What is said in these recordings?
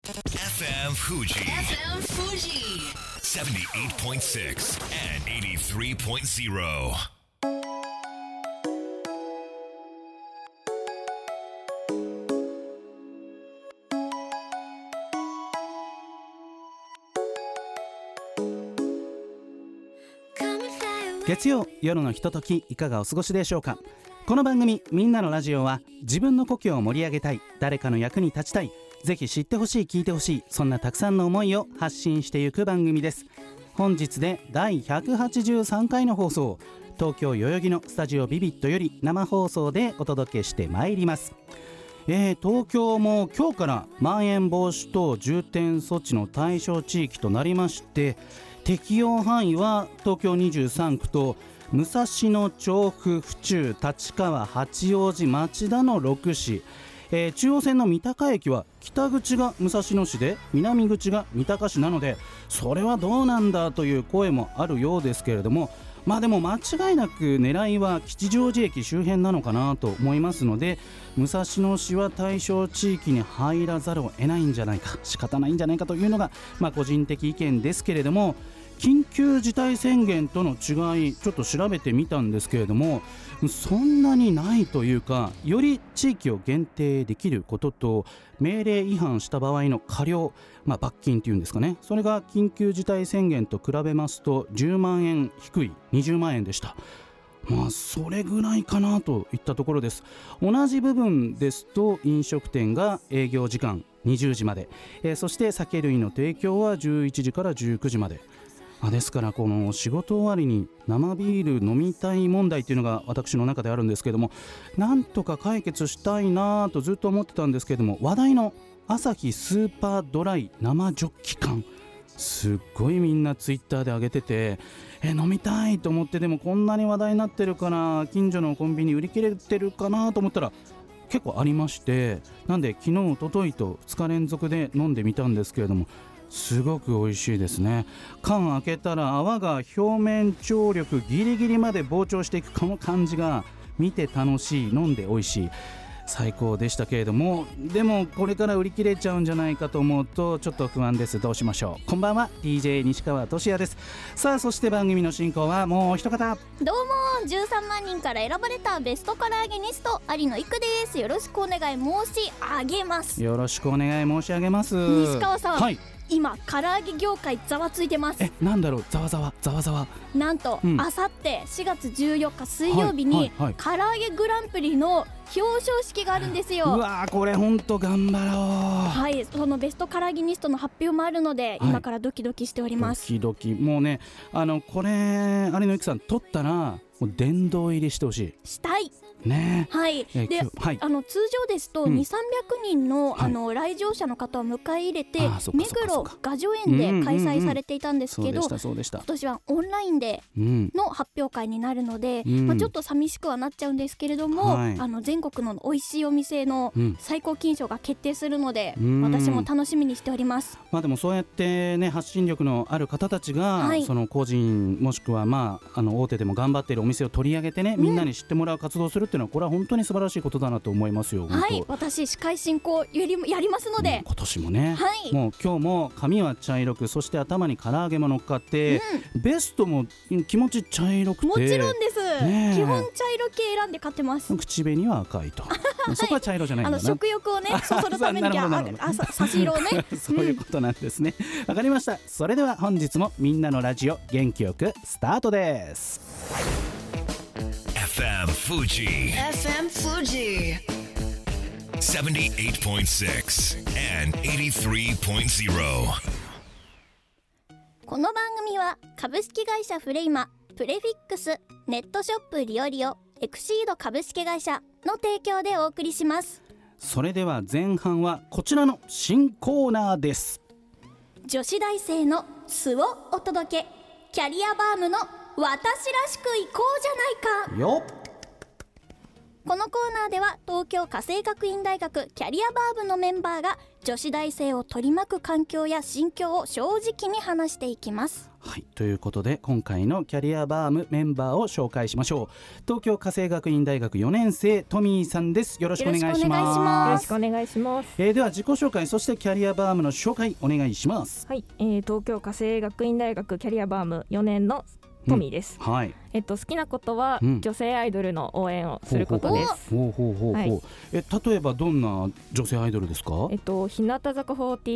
FM Fuji 78.6 and 83.0. 月曜夜のひとときいかがお過ごしでしょうか。この番組みんなのラジオは自分の故郷を盛り上げたい、誰かの役に立ちたい、ぜひ知ってほしい聞いてほしい、そんなたくさんの思いを発信していく番組です。本日で第183回の放送、東京代々木のスタジオビビットより生放送でお届けしてまいります。東京も今日からまん延防止等重点措置の対象地域となりまして、適用範囲は東京23区と武蔵野、調布、府中、立川、八王子、町田の6市、中央線の三鷹駅は北口が武蔵野市で南口が三鷹市なので、それはどうなんだという声もあるようですけれども、でも間違いなく狙いは吉祥寺駅周辺なのかなと思いますので、武蔵野市は対象地域に入らざるを得ないんじゃないか、仕方ないんじゃないかというのが、個人的意見ですけれども、緊急事態宣言との違いちょっと調べてみたんですけれども、そんなにないというか、より地域を限定できることと、命令違反した場合の過料、罰金っていうんですかね、それが緊急事態宣言と比べますと10万円低い20万円でした。それぐらいかなといったところです。同じ部分ですと飲食店が営業時間20時まで、そして酒類の提供は11時から19時まで。ですからこの仕事終わりに生ビール飲みたい問題っていうのが私の中であるんですけども、なんとか解決したいなとずっと思ってたんですけども、話題のアサヒスーパードライ生ジョッキ缶、すっごいみんなツイッターで上げてて、飲みたいと思って、でもこんなに話題になってるから近所のコンビニ売り切れてるかなと思ったら結構ありまして、なんで昨日一昨日と2日連続で飲んでみたんですけれども、すごく美味しいですね。缶開けたら泡が表面張力ギリギリまで膨張していくこの感じが見て楽しい、飲んで美味しい、最高でしたけれども、でもこれから売り切れちゃうんじゃないかと思うとちょっと不安です。どうしましょう。こんばんは、 DJ 西川俊也です。さあ、そして番組の進行はもう一方。 どうも、13万人から選ばれたベスト唐揚げニスト有野育です。よろしくお願い申し上げます。 よろしくお願い申し上げます。 西川さん、 はい、 今唐揚げ業界ざわついてます。 なんだろう、ざわざわざわざわ。 なんと、あさって4月14日水曜日に、唐揚げグランプリの表彰式があるんですよ。 うわー、これほんと頑張ろう。 はい、そのベスト唐揚げニストの発表もあるので、今からドキドキしております。 ドキドキ。もうね、これ有野育さん取ったらもう殿堂入りしてほしい。 したいね。 はい。で、通常ですと2、300人の、来場者の方を迎え入れて、目黒雅叙園で開催されていたんですけど、今年はオンラインでの発表会になるので、ちょっと寂しくはなっちゃうんですけれども、全国の美味しいお店の最高金賞が決定するので、私も楽しみにしております。 でもそうやってね、発信力のある方たちが、その個人もしくは大手でも頑張っているお店を取り上げてね、みんなに知ってもらう活動をするっていうのは、これは本当に素晴らしいことだなと思いますよ。 はい、私司会進行やりますので、 今年もね、もう今日も髪は茶色く、そして頭に唐揚げも乗っかって、ベストも気持ち茶色くて、 もちろんです、基本茶色系選んで買ってます。 口紅は赤いとそこは茶色じゃないんだな。 食欲をねそそるために差し色をねそういうことなんですね。わかりました。それでは本日もみんなのラジオ元気よくスタートです。 FM Fuji 78.6 and 83.0。 この番組は株式会社フレイマ、プレフィックス、ネットショップリオリオ、エクシード株式会社の提供でお送りします。 それでは前半はこちらの新コーナーです。 女子大生の素をお届け、キャリアバームの私らしくいこうじゃないかよ。 このコーナーでは東京家政学院大学キャリアバー部のメンバーが女子大生を取り巻く環境や心境を正直に話していきます。 はい、ということで今回のキャリアバームメンバーを紹介しましょう。東京家政学院大学4年生トミーさんです。よろしくお願いします。 よろしくお願いします。 では自己紹介、そしてキャリアバームの紹介お願いします。 はい、東京家政学院大学キャリアバーム4年のトミーです。 はい。 好きなことは女性アイドルの応援をすることです。 例えばどんな女性アイドルですか？ 日向坂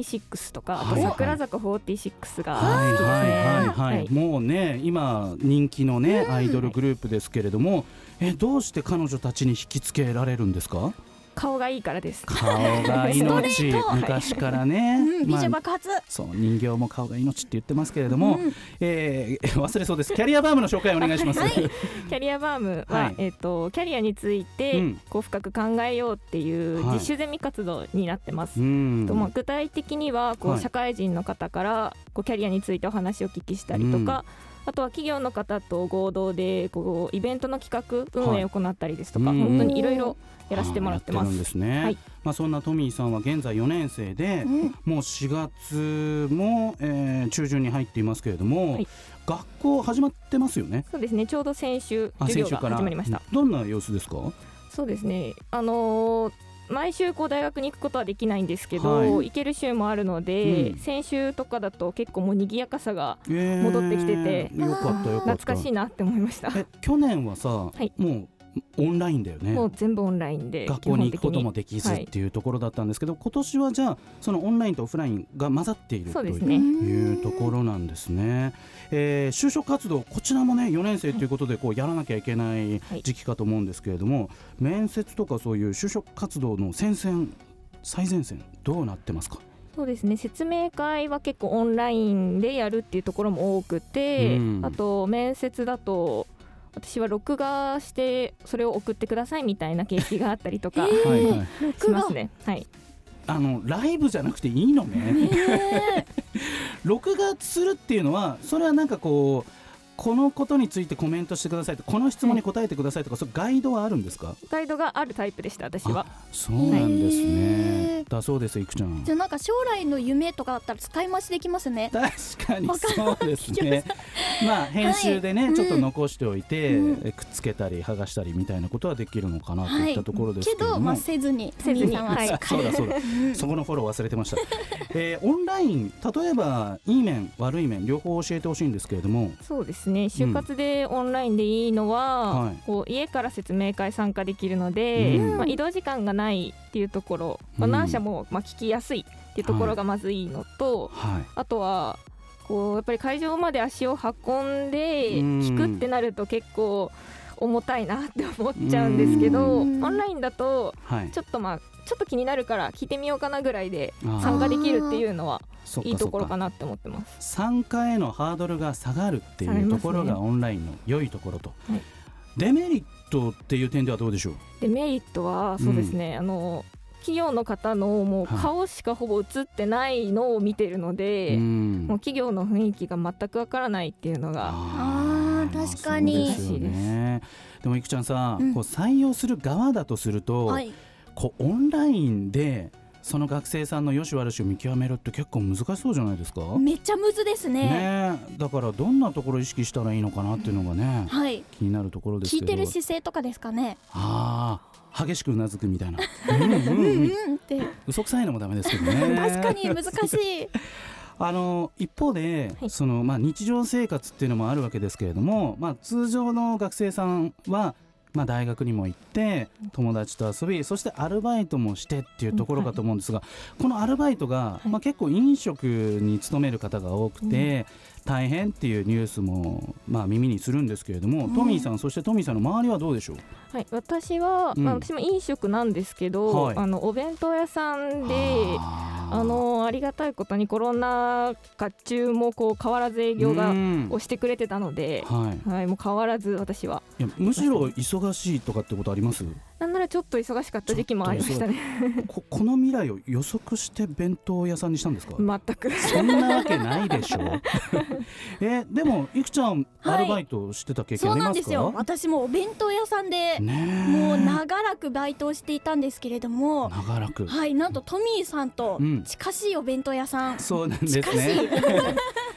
46とか、あと桜坂46が好きですね。もうね、今人気のねアイドルグループですけれども、どうして彼女たちに引きつけられるんですか？ 顔がいいからです。 顔が命昔からね、 美女爆発、 そう人形も顔が命って言ってますけれども、忘れそうです。キャリアバームの紹介お願いします。 キャリアバームは、キャリアについてこう深く考えようっていう自主ゼミ活動になってます。具体的にはこう社会人の方からこうキャリアについてお話を聞きしたりとか、あとは企業の方と合同でこうイベントの企画運営を行ったりですとか、本当にいろいろやらせてもらってます。 そんなトミーさんは現在4年生で、もう4月も、中旬に入っていますけれども、学校始まってますよね。 そうですね、ちょうど先週授業が始まりました。 どんな様子ですか？ そうですね、毎週こう大学に行くことはできないんですけど、行ける週もあるので、先週とかだと結構もう賑やかさが戻ってきてて、 よかった懐かしいなって思いました。 去年はさ、もうオンラインだよね。 もう全部オンラインで学校に行くこともできずっていうところだったんですけど、今年はじゃあそのオンラインとオフラインが混ざっているというところなんですね。就職活動、こちらもね4年生ということでこうやらなきゃいけない時期かと思うんですけれども、面接とかそういう就職活動の最前線どうなってますか？ そうですね、説明会は結構オンラインでやるっていうところも多くて、あと面接だと私は録画してそれを送ってくださいみたいな形式があったりとかしますね。 ライブじゃなくていいのね。録画するっていうのは、それはなんかこのことについてコメントしてくださいと、この質問に答えてくださいとか、そういうガイドはあるんですか？ ガイドがあるタイプでした、私は。 そうなんですね。だそうです。いくちゃん、 じゃあなんか将来の夢とかだったら使い回しできますね。 確かにそうですね。編集でね、ちょっと残しておいて、くっつけたり剥がしたりみたいなことはできるのかなといったところですけども、 せずにそうだそこのフォロー忘れてました。オンライン、例えばいい面悪い面両方教えてほしいんですけれども。 そうですね、就活でオンラインでいいのは、こう家から説明会参加できるので、移動時間がないっていうところ、何社も聞きやすいっていうところがまずいいのと、あとはこうやっぱり会場まで足を運んで聞くってなると結構重たいなって思っちゃうんですけど、オンラインだとちょっと気になるから聞いてみようかなぐらいで参加できるっていうのはいいところかなって思ってます。 参加へのハードルが下がるっていうところがオンラインの良いところと、デメリットっていう点ではどうでしょう？ デメリットはそうですね、企業の方のもう顔しかほぼ映ってないのを見てるので、もう企業の雰囲気が全くわからないっていうのが確かにそうですよね。でもいくちゃんさ、こう採用する側だとすると、こうオンラインでその学生さんの良し悪しを見極めるって結構難しそうじゃないですか？ めっちゃむずですね。 だからどんなところを意識したらいいのかなっていうのがね、気になるところですけど。 聞いてる姿勢とかですかね。 激しくうなずくみたいなって嘘くさいのもダメですけどね。 確かに難しい。 一方で、日常生活っていうのもあるわけですけれども、通常の学生さんは大学にも行って友達と遊び、そしてアルバイトもしてっていうところかと思うんですが、このアルバイトが、結構飲食に勤める方が多くて、大変っていうニュースも耳にするんですけれども、トミーさん、そしてトミーさんの周りはどうでしょう？ 私は、私も飲食なんですけど、お弁当屋さんでありがたいことにコロナ禍中もこう変わらず営業をしてくれてたので、もう変わらず私は。 むしろ忙しいとかってことあります？ なんならちょっと忙しかった時期もありましたね。 この未来を予測して弁当屋さんにしたんですか？ 全くそんなわけないでしょ。でもいくちゃん、アルバイトしてた経験ありますか？ そうなんですよ。私もお弁当屋さんでもう長らくバイトをしていたんですけれども、なんとトミーさんと近しいお弁当屋さん、 そうなんですね。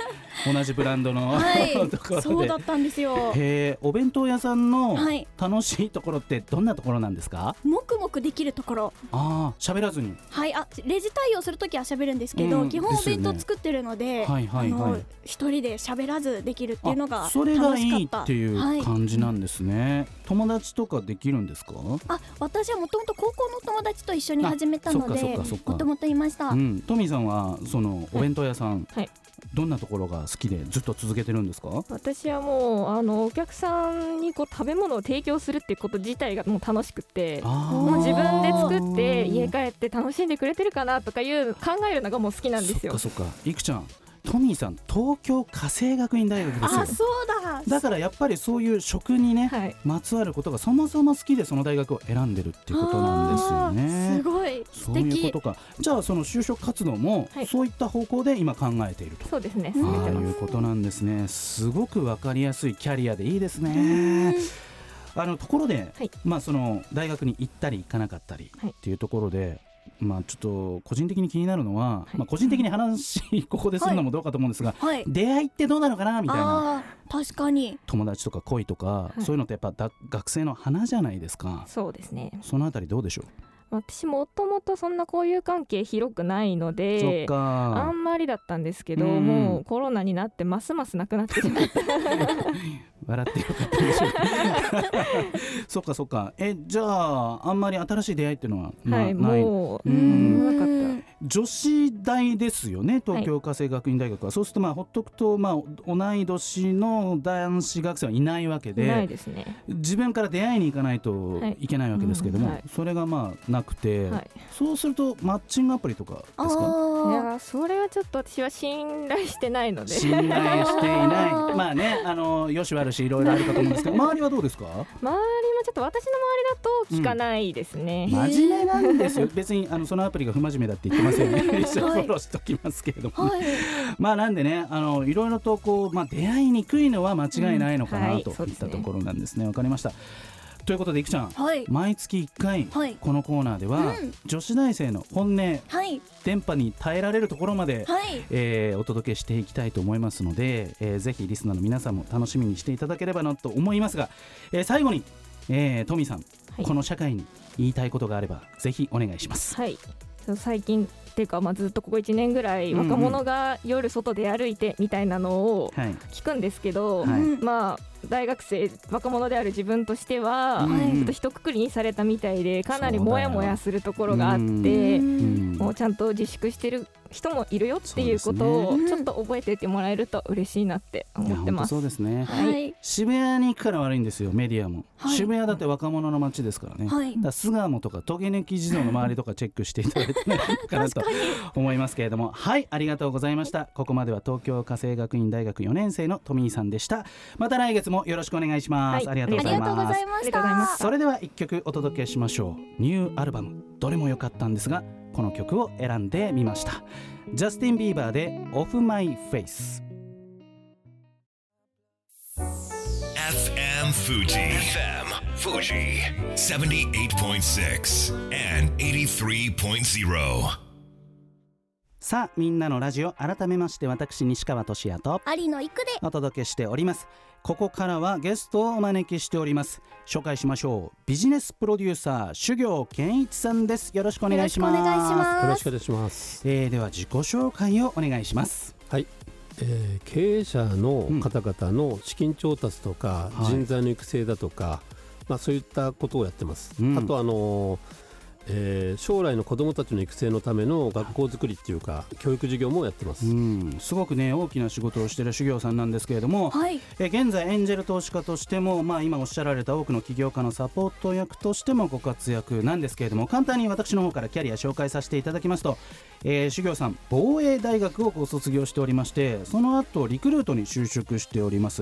同じブランドの、 はい、 ところでそうだったんですよ。 お弁当屋さんの楽しいところってどんなところなんですか？ 黙々できるところ。 喋らずに、 はい、レジ対応するときは喋るんですけど、基本お弁当作ってるので、一人で喋らずできるっていうのが楽しかった。それがいいっていう感じなんですね。友達とかできるんですか？ 私はもともと高校の友達と一緒に始めたので、もともといました。トミーさんはそのお弁当屋さん、どんなところが好きでずっと続けてるんですか？ 私はもうお客さんにこう食べ物を提供するっていうこと自体がもう楽しくて、もう自分で作って家帰って楽しんでくれてるかなとかいう考えるのがもう好きなんですよ。 そっかいくちゃん、トミーさん東京家政学院大学ですよ。 そうだ。 だからやっぱりそういう食にね、まつわることがそもそも好きでその大学を選んでるっていうことなんですよね。 すごい素敵。 そういうことか。じゃあその就職活動もそういった方向で今考えていると、 そうですね、 いうことなんですね。すごく分かりやすいキャリアでいいですね。ところで、その大学に行ったり行かなかったりっていうところで、ちょっと個人的に気になるのは、個人的に話ここでするのもどうかと思うんですが、出会いってどうなのかなみたいな。 確かに友達とか恋とか、そういうのってやっぱ学生の花じゃないですか。 そうですね。 そのあたりどうでしょう？ 私もともとそんな交友関係広くないのであんまりだったんですけど、もうコロナになってますますなくなってしまった笑ってよかったでしょうか。そっか。じゃああんまり新しい出会いっていうのはない。 もうなかった。 女子大ですよね、東京家政学院大学は。そうするとほっとくと同い年の男子学生はいないわけで、 ないですね。 自分から出会いに行かないといけないわけですけども、それがなくて、そうするとマッチングアプリとかですか？ いや、それはちょっと私は信頼してないので。 信頼していないよし悪しいろいろあるかと思うんですけど、周りはどうですか？ 周りもちょっと私の周りだと聞かないですね。 真面目なんですよ。別にそのアプリが不真面目だって言ってますよね。一緒にフォローしときますけれども、なんでね、いろいろと出会いにくいのは間違いないのかなといったところなんですね。わかりました。ということでいくちゃん、毎月1回、このコーナーでは、女子大生の本音、電波に耐えられるところまで、お届けしていきたいと思いますので、ぜひリスナーの皆さんも楽しみにしていただければなと思いますが、最後に、トミーさん、この社会に言いたいことがあればぜひお願いします。 最近っていうか、ずっとここ1年ぐらい若者が夜外で歩いてみたいなのを聞くんですけど、大学生若者である自分としては、ちょっと一括りにされたみたいでかなりモヤモヤするところがあって、もうちゃんと自粛してる人もいるよっていうことをちょっと覚えておいてもらえると嬉しいなって思ってます。 そうですね、渋谷に行くから悪いんですよ、メディアも。渋谷だって若者の街ですからね。だから巣鴨とかトゲ抜き児童の周りとかチェックしていただいてもいいかなと思いますけれども、ありがとうございました。ここまでは東京家政学院大学4年生のトミーさんでした。また来月もよろしくお願いします。ありがとうございます。それでは1曲お届けしましょう。ニューアルバム、どれも良かったんですがこの曲を選んでみました。ジャスティン・ビーバーで Off My Face。 FM Fuji78.6 and 83.0。 さあみんなのラジオ、改めまして私西川俊也と有野育でお届けしております。ここからはゲストをお招きしております。紹介しましょう。ビジネスプロデューサー種行健一さんです。よろしくお願いします。 よろしくお願いします。 では自己紹介をお願いします。 経営者の方々の資金調達とか、人材の育成だとか、そういったことをやってます。あと将来の子どもたちの育成のための学校づくりっていうか教育事業もやってます。 すごくね大きな仕事をしている種行さんなんですけれども、現在エンジェル投資家としても、今おっしゃられた多くの起業家のサポート役としてもご活躍なんですけれども、簡単に私の方からキャリア紹介させていただきますと、種行さん防衛大学をご卒業しておりまして、その後リクルートに就職しております。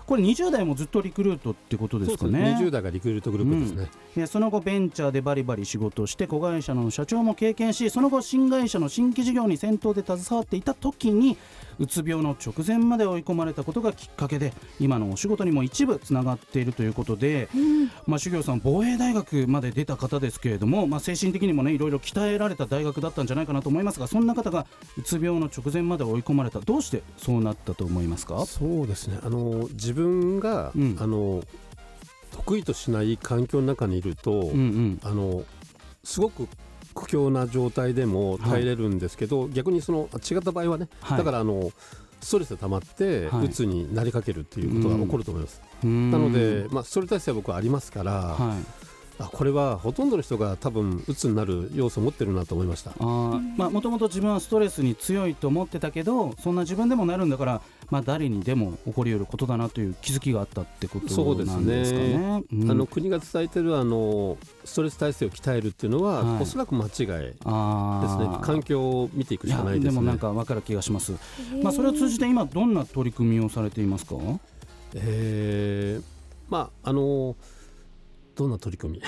これ20代もずっとリクルートってことですかね。 そうですね、20代がリクルートグループですね、 でその後ベンチャーでバリバリ仕事をして子会社の社長も経験し、その後新会社の新規事業に先頭で携わっていた時にうつ病の直前まで追い込まれたことがきっかけで今のお仕事にも一部つながっているということで、修行さん防衛大学まで出た方ですけれども、精神的にもねいろいろ鍛えられた大学だったんじゃないかなと思いますが、そんな方がうつ病の直前まで追い込まれた、どうしてそうなったと思いますか？ そうですね、自分が、得意としない環境の中にいると、すごく苦境な状態でも耐えれるんですけど、逆にその違った場合はね、だからストレスが溜まってうつになりかけるということが起こると思います。なので、ストレス耐性は僕はありますから、これはほとんどの人が多分うつになる要素を持ってるなと思いました。 もともと自分はストレスに強いと思ってたけど、そんな自分でもなるんだから、誰にでも起こり得ることだなという気づきがあったってことなんですかね。 国が伝えてるストレス耐性を鍛えるっていうのは、おそらく間違いですね。環境を見ていくしかないですね。 でもなんか分かる気がします。それを通じて今どんな取り組みをされていますか？ どんな取り組み、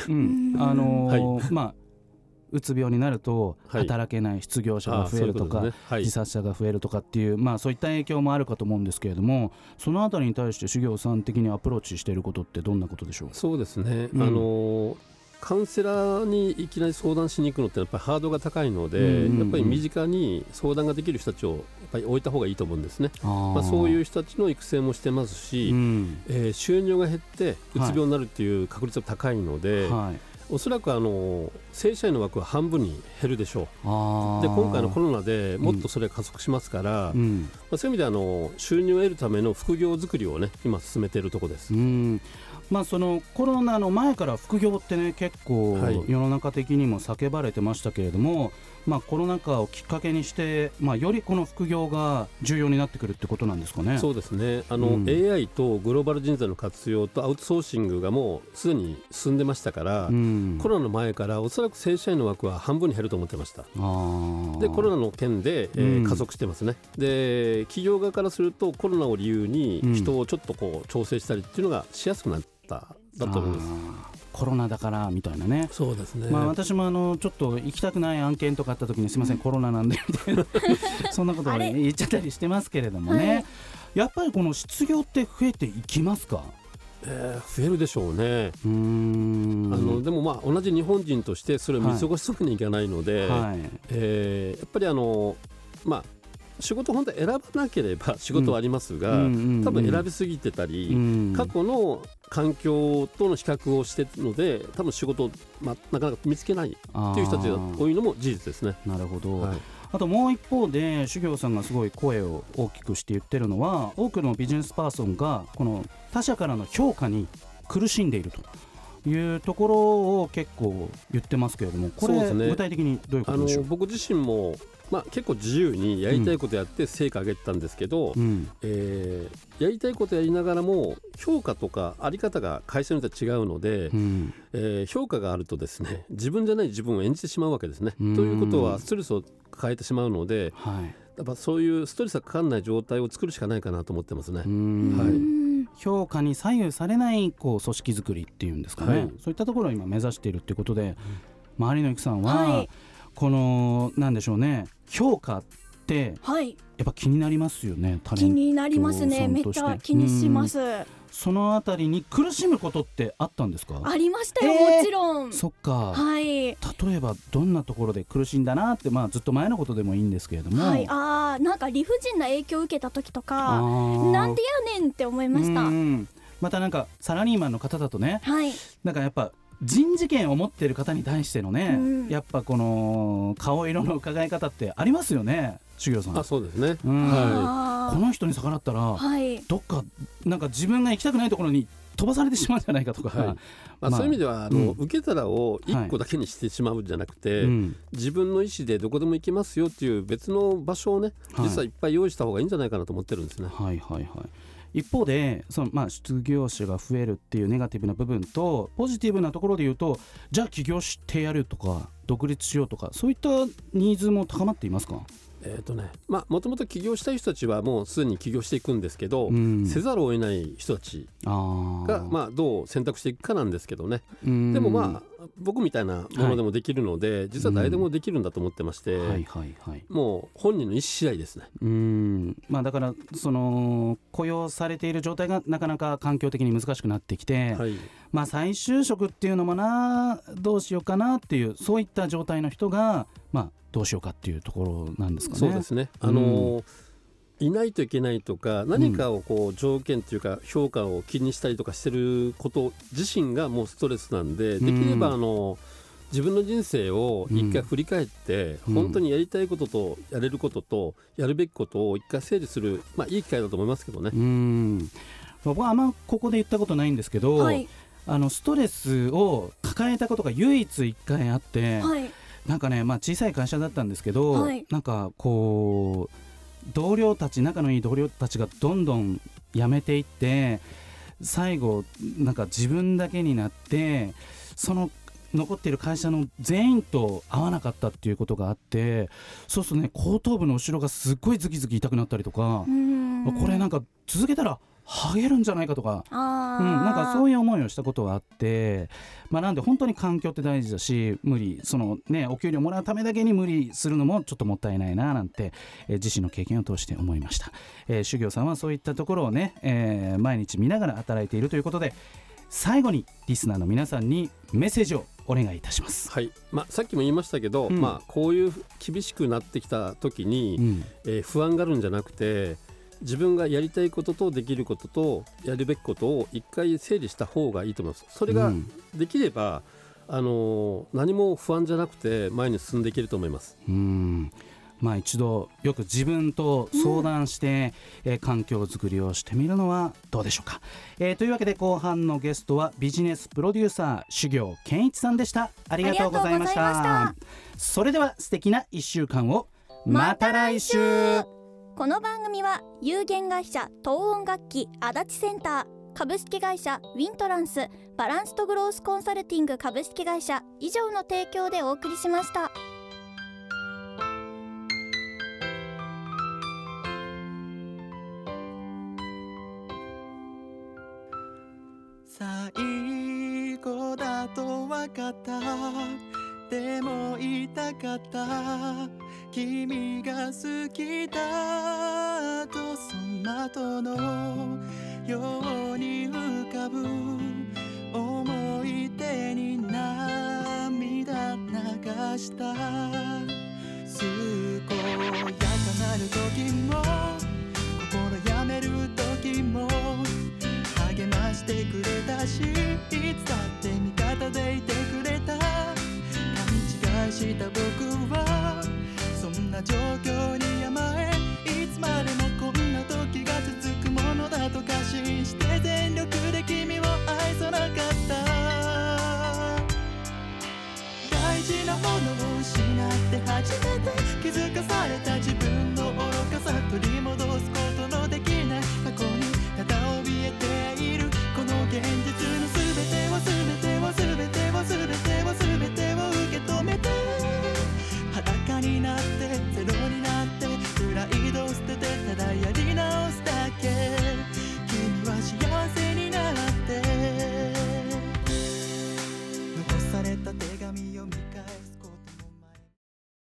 うつ病になると働けない失業者が増えるとか、自殺者が増えるとかっていう、そういった影響もあるかと思うんですけれども、そのあたりに対して修行さん的にアプローチしていることってどんなことでしょう？ そうですね、カウンセラーにいきなり相談しに行くのってやっぱりハードルが高いので、やっぱり身近に相談ができる人たちをやっぱり置いた方がいいと思うんですね。そういう人たちの育成もしてますし、収入が減ってうつ病になるっていう確率が高いので、おそらく正社員の枠は半分に減るでしょう。で今回のコロナでもっとそれが加速しますから、そういう意味で収入を得るための副業作りをね今進めているところです。 そのコロナの前から副業ってね結構世の中的にも叫ばれてましたけれども、コロナ禍をきっかけにして、よりこの副業が重要になってくるってことなんですかね。 そうですね、AI とグローバル人材の活用とアウトソーシングがもうすでに進んでましたから、コロナの前からおそらく正社員の枠は半分に減ると思ってました。でコロナの件で、加速してますね。で企業側からするとコロナを理由に人をちょっと調整したりっていうのがしやすくなっただと思います。 コロナだからみたいなね。 そうですね、 私もちょっと行きたくない案件とかあった時にすいません、コロナなんでみたいなそんなことを言っちゃったりしてますけれどもね、やっぱりこの失業って増えていきますか？ 増えるでしょうね。でも同じ日本人としてそれを見過ごすわけにいかないので、やっぱり仕事本当は選ばなければ仕事はありますが、多分選びすぎてたり、過去の環境との比較をしているので多分仕事を、なかなか見つけないっていう人たちが多いのも事実ですね。 なるほど、あともう一方で修行さんがすごい声を大きくして言ってるのは、多くのビジネスパーソンがこの他者からの評価に苦しんでいるというところを結構言ってますけれども、これ具体的にどういうことでしょう？ 僕自身も結構自由にやりたいことやって成果上げてたんですけど、やりたいことやりながらも評価とかあり方が会社によって違うので、評価があるとですね自分じゃない自分を演じてしまうわけですね。ということはストレスを抱えてしまうので、やっぱそういうストレスがかからない状態を作るしかないかなと思ってますね。 評価に左右されない組織作りっていうんですかね、そういったところを今目指しているということで、有野由紀さんは、このなんでしょうね、評価ってやっぱ気になりますよね。タレントさんとして気になりますね。めっちゃ気にします。 そのあたりに苦しむことってあったんですか？ ありましたよ、もちろん。 そっか、例えばどんなところで苦しんだなって、ずっと前のことでもいいんですけれども、 なんか理不尽な影響を受けた時とか、なんでやねんって思いました。 またなんかサラリーマンの方だとね、なんかやっぱ人事権を持っている方に対してのね、やっぱこの顔色の伺い方ってありますよね、修行さん。 そうですね、 この人に逆らったら、どっかなんか自分が行きたくないところに飛ばされてしまうんじゃないかとか、 そういう意味では受け皿を1個だけにしてしまうんじゃなくて、自分の意思でどこでも行けますよっていう別の場所をね、実はいっぱい用意した方がいいんじゃないかなと思ってるんですね。 一方で失業者が増えるっていうネガティブな部分とポジティブなところで言うと、じゃあ起業してやるとか独立しようとか、そういったニーズも高まっていますか？ もともと起業したい人たちはもうすでに起業していくんですけど、せざるを得ない人たちがどう選択していくかなんですけどね。でも僕みたいなものでもできるので、実は誰でもできるんだと思ってまして、もう本人の意思次第ですね。 だからその雇用されている状態がなかなか環境的に難しくなってきて、再就職っていうのもどうしようかなっていう、そういった状態の人がどうしようかっていうところなんですかね。 そうですね。いないといけないとか、何かを条件というか評価を気にしたりとかしてること自身がもうストレスなんで、できれば自分の人生を一回振り返って、本当にやりたいこととやれることとやるべきことを一回整理する、いい機会だと思いますけどね。 僕はあんまここで言ったことないんですけど、ストレスを抱えたことが唯一一回あって、なんかね、小さい会社だったんですけど、なんかこう仲のいい同僚たちがどんどん辞めていって、最後なんか自分だけになって、その残っている会社の全員と会わなかったっていうことがあって、そうするとね、後頭部の後ろがすっごいズキズキ痛くなったりとか、これなんか続けたら剥げるんじゃないかとか、なんかそういう思いをしたことがあって、なんで本当に環境って大事だし、お給料もらうためだけに無理するのもちょっともったいないななんて、自身の経験を通して思いました。修行さんはそういったところをね、毎日見ながら働いているということで、最後にリスナーの皆さんにメッセージをお願いいたします。 さっきも言いましたけど、こういう厳しくなってきた時に、不安があるんじゃなくて、自分がやりたいこととできることとやるべきことを一回整理した方がいいと思います。それができれば、何も不安じゃなくて前に進んでいけると思います。 一度よく自分と相談して、環境づくりをしてみるのはどうでしょうか。というわけで後半のゲストはビジネスプロデューサー修行健一さんでした。ありがとうございました。それでは素敵な1週間を。また来週。 この番組は有限会社東音楽器足立センター、株式会社ウィントランス、バランスとグロースコンサルティング株式会社以上の提供でお送りしました。 最後だと分かった、でも言いたかった、君が好きだとその後のように浮かぶ思い出に涙流した。健やかなる時も心やめる時も励ましてくれたし、いつだって味方でいてくれた。勘違いした僕はそんな状況に甘え、いつまでもこんな時が続くものだと過信して全力で君を愛さなかった。大事なものを失って初めて気づかされた自分の愚かさ、取り戻すことのできない過去にただ怯えているこの現実の全てを全てを全てを全てを全てを受け止めて、裸になってゼロになってプライドを捨ててただやり直すだけ。君は幸せになって残された手紙